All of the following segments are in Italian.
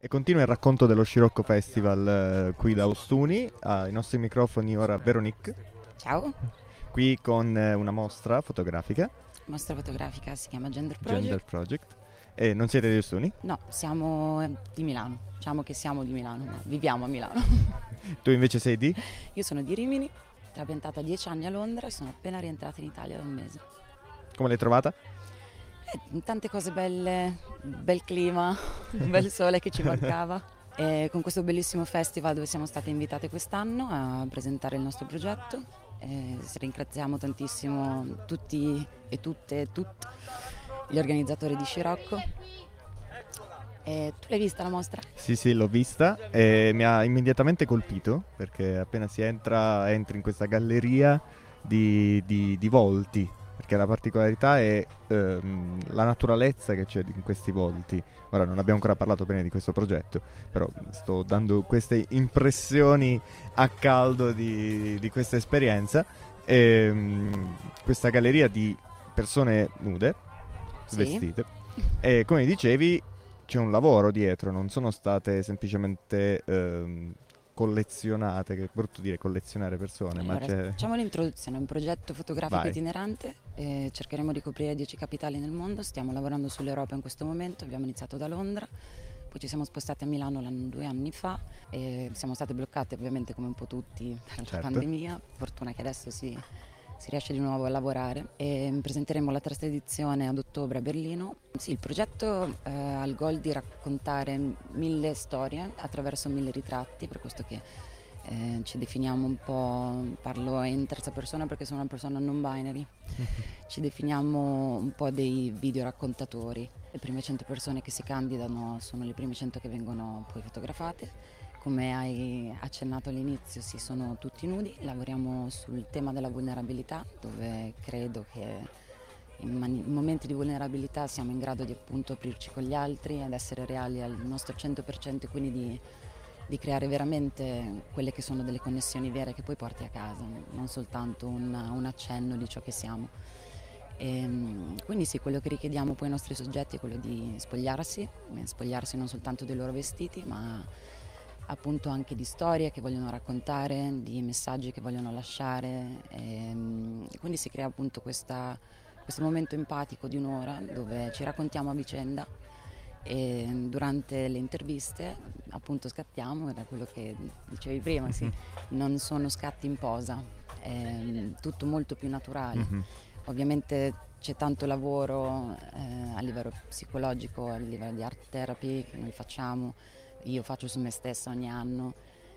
E continua il racconto dello Scirocco Festival qui da Ostuni. Ai nostri microfoni ora Veronique, Ciao, qui con una mostra fotografica, mostra fotografica si chiama Gender Gender Project. Project. E non siete di Ostuni? No, siamo di Milano. Diciamo che siamo di Milano, ma viviamo a Milano. Tu invece sei di? Io sono di Rimini, ambientata 10 anni a Londra e sono appena rientrata in Italia da un mese. Come l'hai trovata? Tante cose belle, bel clima, un bel sole che ci mancava. E con questo bellissimo festival dove siamo state invitate quest'anno a presentare il nostro progetto. Ringraziamo tantissimo tutti e tutte e tutti gli organizzatori di Scirocco. Tu l'hai vista la mostra? Sì, sì, l'ho vista e mi ha immediatamente colpito perché appena entri in questa galleria di volti, perché la particolarità è la naturalezza che c'è in questi volti. Ora non abbiamo ancora parlato bene di questo progetto, però sto dando queste impressioni a caldo di questa esperienza. Questa galleria di persone nude, Sì. vestite, e come dicevi c'è un lavoro dietro, non sono state semplicemente collezionate, che è brutto dire collezionare persone, ma Allora, c'è... facciamo l'introduzione, è un progetto fotografico Vai. itinerante, cercheremo di coprire 10 capitali nel mondo, stiamo lavorando sull'Europa in questo momento, abbiamo iniziato da Londra, poi ci siamo spostati a Milano 2 anni fa e siamo state bloccate ovviamente come un po' tutti per la Certo. pandemia, fortuna che adesso si riesce di nuovo a lavorare e presenteremo la terza edizione ad ottobre a Berlino. Sì, il progetto ha il goal di raccontare 1000 storie attraverso 1000 ritratti, per questo che ci definiamo un po', parlo in terza persona perché sono una persona non binary, ci definiamo un po' dei videoraccontatori. Le prime 100 persone che si candidano sono le prime 100 che vengono poi fotografate. Come hai accennato all'inizio, sì, sono tutti nudi, lavoriamo sul tema della vulnerabilità, dove credo che in momenti di vulnerabilità siamo in grado di appunto aprirci con gli altri, ad essere reali al nostro 100% e quindi di creare veramente quelle che sono delle connessioni vere che poi porti a casa, non soltanto un accenno di ciò che siamo. Quindi sì, quello che richiediamo poi ai nostri soggetti è quello di spogliarsi non soltanto dei loro vestiti, ma appunto anche di storie che vogliono raccontare, di messaggi che vogliono lasciare. Quindi si crea appunto questo momento empatico di un'ora dove ci raccontiamo a vicenda e durante le interviste appunto scattiamo, era quello che dicevi prima, sì, non sono scatti in posa, è tutto molto più naturale. Mhm. Ovviamente c'è tanto lavoro a livello psicologico, a livello di art therapy che noi facciamo, io faccio su me stessa ogni anno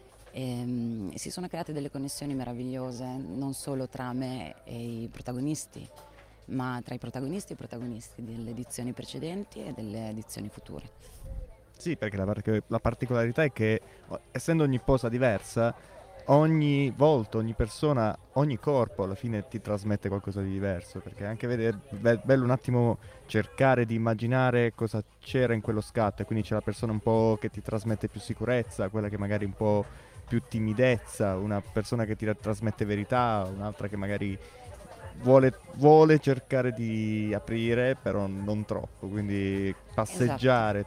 e si sono create delle connessioni meravigliose, non solo tra me e i protagonisti, ma tra i protagonisti e i protagonisti delle edizioni precedenti e delle edizioni future. Sì, perché la particolarità è che, essendo ogni posa diversa, ogni volto, ogni persona, ogni corpo alla fine ti trasmette qualcosa di diverso. Perché anche vedere, bello un attimo cercare di immaginare cosa c'era in quello scatto. E quindi c'è la persona un po' che ti trasmette più sicurezza, quella che magari un po' più timidezza, una persona che ti trasmette verità, un'altra che magari vuole cercare di aprire, però non troppo. Quindi Esatto. passeggiare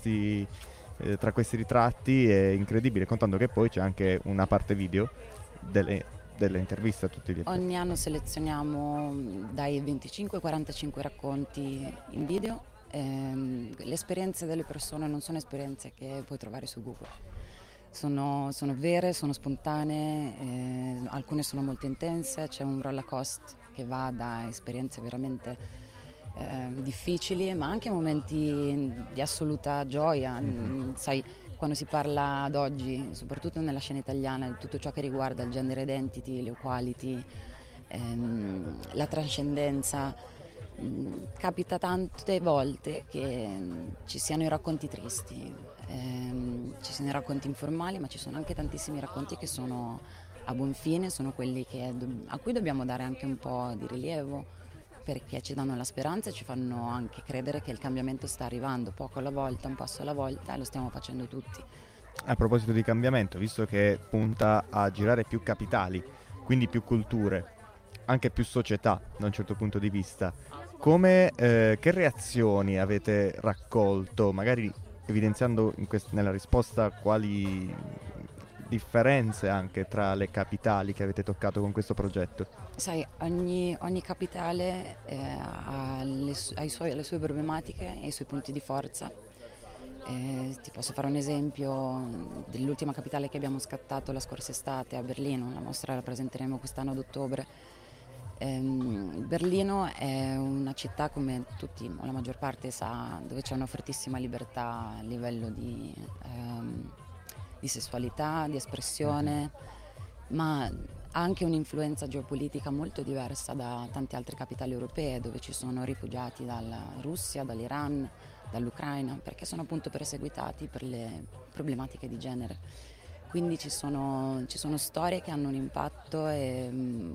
tra questi ritratti è incredibile, contando che poi c'è anche una parte video delle interviste a tutti gli effetti. Ogni anno selezioniamo dai 25 ai 45 racconti in video. Le esperienze delle persone non sono esperienze che puoi trovare su Google. Sono vere, sono spontanee, alcune sono molto intense, c'è un roller coaster che va da esperienze veramente difficili, ma anche momenti di assoluta gioia. Mhm. Sai, quando si parla ad oggi, soprattutto nella scena italiana, di tutto ciò che riguarda il gender identity, l'equality, la trascendenza, capita tante volte che ci siano i racconti tristi, ci sono i racconti informali, ma ci sono anche tantissimi racconti che sono a buon fine, sono quelli a cui dobbiamo dare anche un po' di rilievo perché ci danno la speranza e ci fanno anche credere che il cambiamento sta arrivando poco alla volta, un passo alla volta e lo stiamo facendo tutti. A proposito di cambiamento, visto che punta a girare più capitali, quindi più culture, anche più società da un certo punto di vista, che reazioni avete raccolto, magari evidenziando nella risposta quali differenze anche tra le capitali che avete toccato con questo progetto. Sai, ogni capitale ha le sue problematiche e i suoi punti di forza. Ti posso fare un esempio dell'ultima capitale che abbiamo scattato la scorsa estate a Berlino, la mostra la presenteremo quest'anno ad ottobre. Berlino è una città, come tutti o la maggior parte sa, dove c'è una fortissima libertà a livello di sessualità, di espressione, ma ha anche un'influenza geopolitica molto diversa da tante altre capitali europee, dove ci sono rifugiati dalla Russia, dall'Iran, dall'Ucraina, perché sono appunto perseguitati per le problematiche di genere. Quindi ci sono storie che hanno un impatto e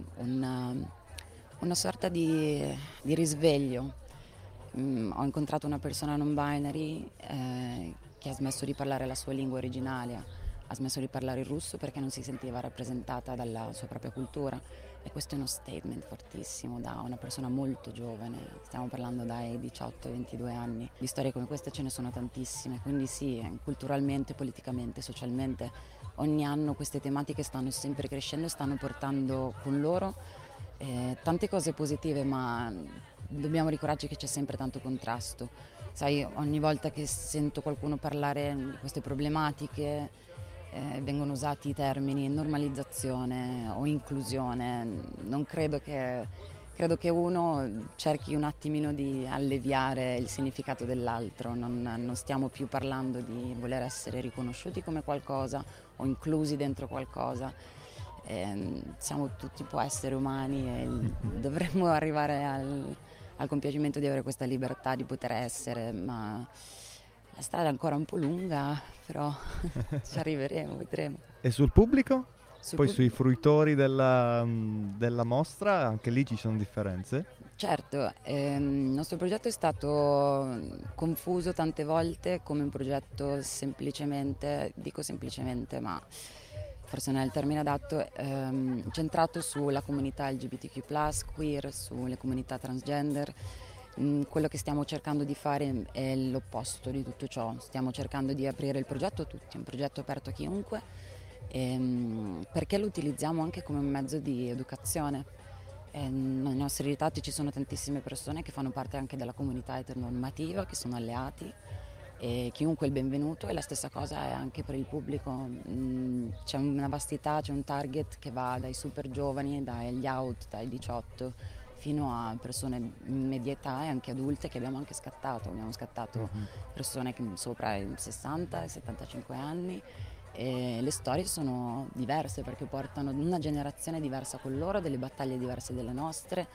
una sorta di risveglio. Ho incontrato una persona non binary che ha smesso di parlare la sua lingua originale, ha smesso di parlare il russo perché non si sentiva rappresentata dalla sua propria cultura, e questo è uno statement fortissimo da una persona molto giovane, stiamo parlando dai 18 ai 22 anni. Di storie come queste ce ne sono tantissime, quindi sì, culturalmente, politicamente, socialmente, ogni anno queste tematiche stanno sempre crescendo e stanno portando con loro tante cose positive, ma dobbiamo ricordarci che c'è sempre tanto contrasto. Sai, ogni volta che sento qualcuno parlare di queste problematiche vengono usati i termini normalizzazione o inclusione. Non credo che uno cerchi un attimino di alleviare il significato dell'altro, non stiamo più parlando di voler essere riconosciuti come qualcosa o inclusi dentro qualcosa. Siamo tutti un po' esseri umani e dovremmo arrivare al compiacimento di avere questa libertà di poter essere, ma la strada è ancora un po' lunga, però ci arriveremo, vedremo. E sul pubblico? Poi sui Pubblico. fruitori della mostra, anche lì ci sono differenze? Certo, il nostro progetto è stato confuso tante volte come un progetto semplicemente, dico semplicemente, ma forse non è il termine adatto, centrato sulla comunità LGBTQ+, queer, sulle comunità transgender. Quello che stiamo cercando di fare è l'opposto di tutto ciò, stiamo cercando di aprire il progetto a tutti, un progetto aperto a chiunque, perché lo utilizziamo anche come un mezzo di educazione. Nei nostri ritratti ci sono tantissime persone che fanno parte anche della comunità eteronormativa, che sono alleati, e chiunque è il benvenuto, e la stessa cosa è anche per il pubblico. C'è una vastità, c'è un target che va dai super giovani, dagli out, dai 18 fino a persone in media età e anche adulte che abbiamo anche scattato. Abbiamo scattato persone che sopra i 60 e 75 anni, e le storie sono diverse perché portano una generazione diversa con loro, delle battaglie diverse delle nostre.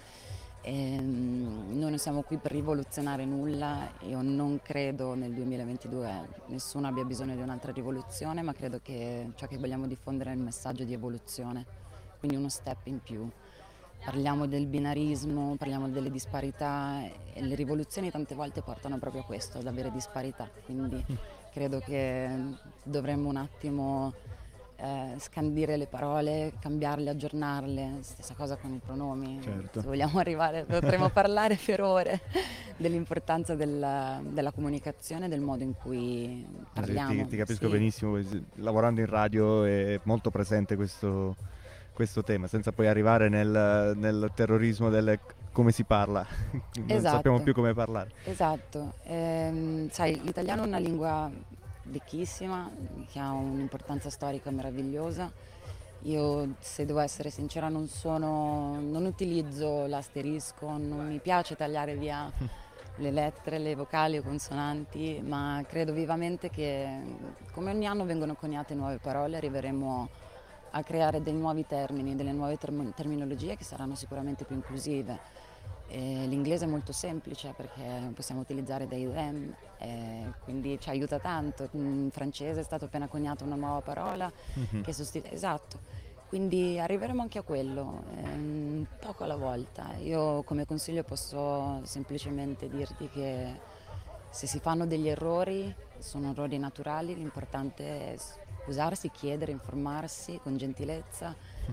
Noi non siamo qui per rivoluzionare nulla. Io non credo nel 2022 nessuno abbia bisogno di un'altra rivoluzione, ma credo che ciò che vogliamo diffondere è il messaggio di evoluzione, quindi uno step in più. Parliamo del binarismo, parliamo delle disparità, e le rivoluzioni tante volte portano proprio a questo, ad avere disparità, quindi credo che dovremmo un attimo scandire le parole, cambiarle, aggiornarle. Stessa cosa con i pronomi. Certo. Se vogliamo arrivare, potremmo parlare per ore dell'importanza della comunicazione, del modo in cui parliamo. Ti capisco Sì. benissimo, lavorando in radio è molto presente questo tema, senza poi arrivare nel terrorismo del come si parla, non sappiamo più Esatto, come parlare. esatto. Sai, l'italiano è una lingua ricchissima, che ha un'importanza storica meravigliosa. Io, se devo essere sincera, non utilizzo l'asterisco, non mi piace tagliare via le lettere, le vocali o consonanti, ma credo vivamente che come ogni anno vengono coniate nuove parole, arriveremo a creare dei nuovi termini, delle nuove terminologie che saranno sicuramente più inclusive. L'inglese è molto semplice perché possiamo utilizzare dei them, quindi ci aiuta tanto. In francese è stata appena coniata una nuova parola che sostituisce. Esatto, quindi arriveremo anche a quello, poco alla volta. Io come consiglio posso semplicemente dirti che se si fanno degli errori, sono errori naturali, l'importante è usarsi, chiedere, informarsi con gentilezza,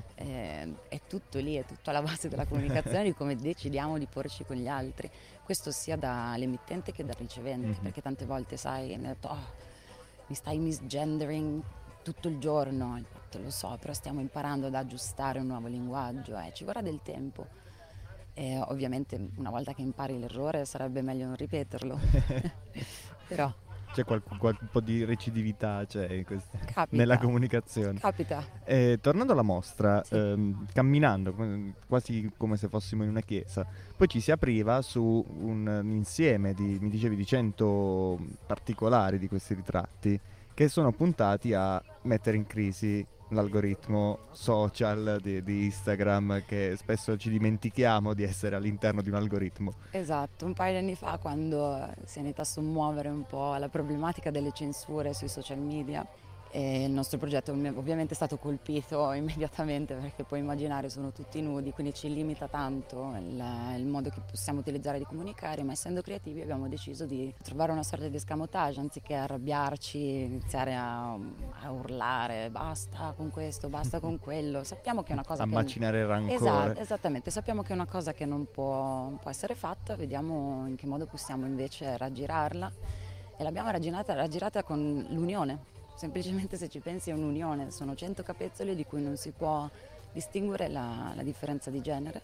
è tutto lì, è tutto alla base della comunicazione, di come decidiamo di porci con gli altri, questo sia dall'emittente che dal ricevente, perché tante volte sai, mi ha detto, "Oh, mi stai misgendering tutto il giorno", te lo so, però stiamo imparando ad aggiustare un nuovo linguaggio, ci vorrà del tempo. E ovviamente una volta che impari l'errore sarebbe meglio non ripeterlo, però C'è qualche po' di recidività c'è nella capita, comunicazione. capita. Tornando alla mostra, Sì. camminando quasi come se fossimo in una chiesa, poi ci si apriva su un insieme mi dicevi, di 100 particolari di questi ritratti che sono puntati a mettere in crisi l'algoritmo social di Instagram, che spesso ci dimentichiamo di essere all'interno di un algoritmo. Esatto, un paio di anni fa, quando si è iniziata a sommuovere un po' la problematica delle censure sui social media, e il nostro progetto ovviamente è stato colpito immediatamente, perché puoi immaginare sono tutti nudi, quindi ci limita tanto il modo che possiamo utilizzare di comunicare, ma essendo creativi abbiamo deciso di trovare una sorta di escamotage, anziché arrabbiarci, iniziare a urlare basta con questo, basta con quello. Sappiamo che è una cosa A che... macinare il rancore. Esatto, esattamente, sappiamo che è una cosa che non può essere fatta, vediamo in che modo possiamo invece raggirarla, e l'abbiamo raggirata con l'unione. Semplicemente, se ci pensi, è un'unione, sono 100 capezzoli di cui non si può distinguere la differenza di genere,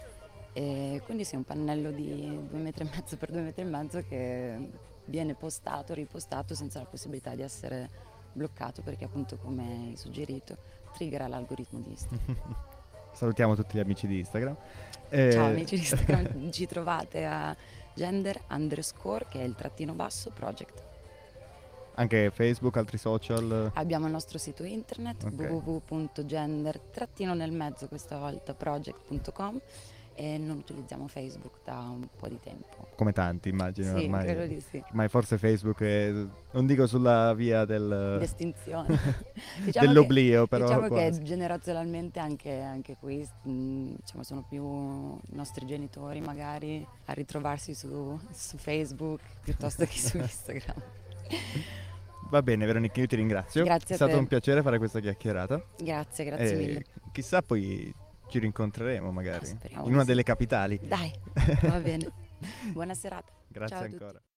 e quindi sì, un pannello di 2,5 metri per 2,5 metri che viene postato, ripostato senza la possibilità di essere bloccato, perché appunto, come hai suggerito, triggera l'algoritmo di Instagram. Salutiamo tutti gli amici di Instagram. Ciao amici di Instagram, ci trovate a gender_, che è il _ project. Anche Facebook, altri social. Abbiamo il nostro sito internet, Ok. www.gender_ questa volta project.com, e non utilizziamo Facebook da un po' di tempo. Come tanti, immagino, Sì, ormai. credo di sì. Ormai forse Facebook è, non dico sulla via L'estinzione. Diciamo dell'oblio, però diciamo quasi. che generazionalmente anche qui, diciamo, sono più i nostri genitori magari a ritrovarsi su Facebook piuttosto che su Instagram. Va bene, Veronica, io ti ringrazio. Grazie È a stato te. un piacere fare questa chiacchierata. Grazie E mille. chissà, poi ci rincontreremo magari Speriamo in una di sì. delle capitali. Dai, va bene. Buona serata. Grazie Ciao a tutti. ancora.